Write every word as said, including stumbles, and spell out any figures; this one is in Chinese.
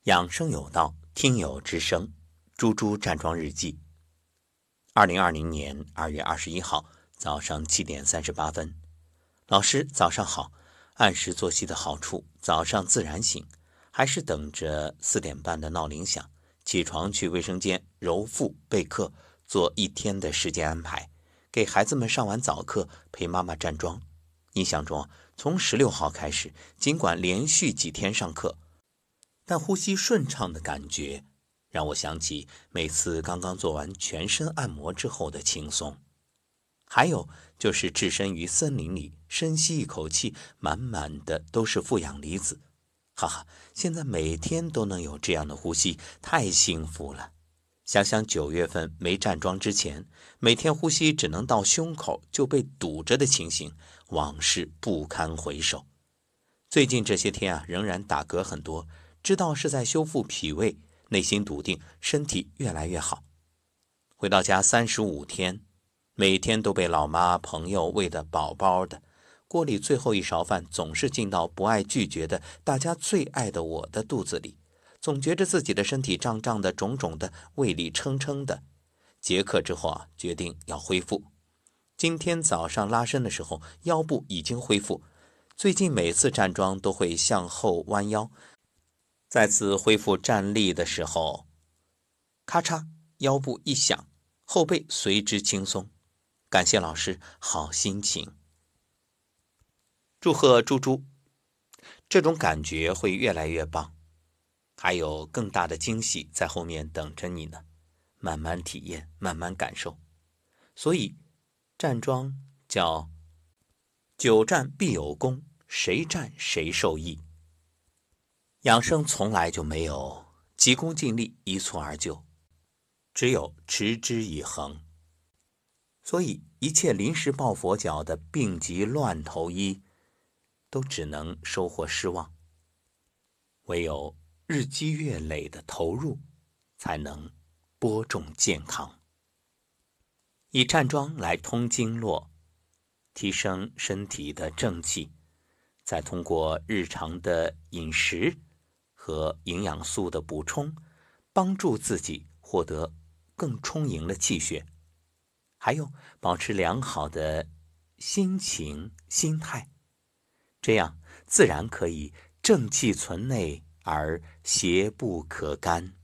养生有道，听友之声，猪猪站桩日记。二零二零年二月二十一号早上七点三十八分，老师早上好。按时作息的好处，早上自然醒，还是等着四点半的闹铃响，起床去卫生间揉腹备课，做一天的时间安排，给孩子们上完早课，陪妈妈站桩。印象中，从十六号开始，尽管连续几天上课，但呼吸顺畅的感觉让我想起每次刚刚做完全身按摩之后的轻松。还有就是置身于森林里，深吸一口气，满满的都是负氧离子。哈哈，现在每天都能有这样的呼吸，太幸福了。想想九月份没站桩之前，每天呼吸只能到胸口就被堵着的情形，往事不堪回首。最近这些天啊，仍然打嗝很多，知道是在修复脾胃，内心笃定，身体越来越好。回到家三十五天，每天都被老妈朋友喂得饱饱的，锅里最后一勺饭总是进到不爱拒绝的大家最爱的我的肚子里，总觉着自己的身体胀胀的、肿肿的，胃里撑撑的。结课之后啊，决定要恢复。今天早上拉伸的时候，腰部已经恢复。最近每次站桩都会向后弯腰，再次恢复站立的时候，咔嚓，腰部一响，后背随之轻松。感谢老师，好心情。祝贺猪猪，这种感觉会越来越棒，还有更大的惊喜在后面等着你呢，慢慢体验，慢慢感受。所以站桩叫久站必有功，谁站谁受益。养生从来就没有急功近利、一蹴而就，只有持之以恒。所以一切临时抱佛脚的病急乱投医，都只能收获失望。唯有日积月累的投入，才能播种健康。以站桩来通经络，提升身体的正气，再通过日常的饮食和营养素的补充，帮助自己获得更充盈的气血，还有保持良好的心情心态，这样自然可以正气存内而邪不可干。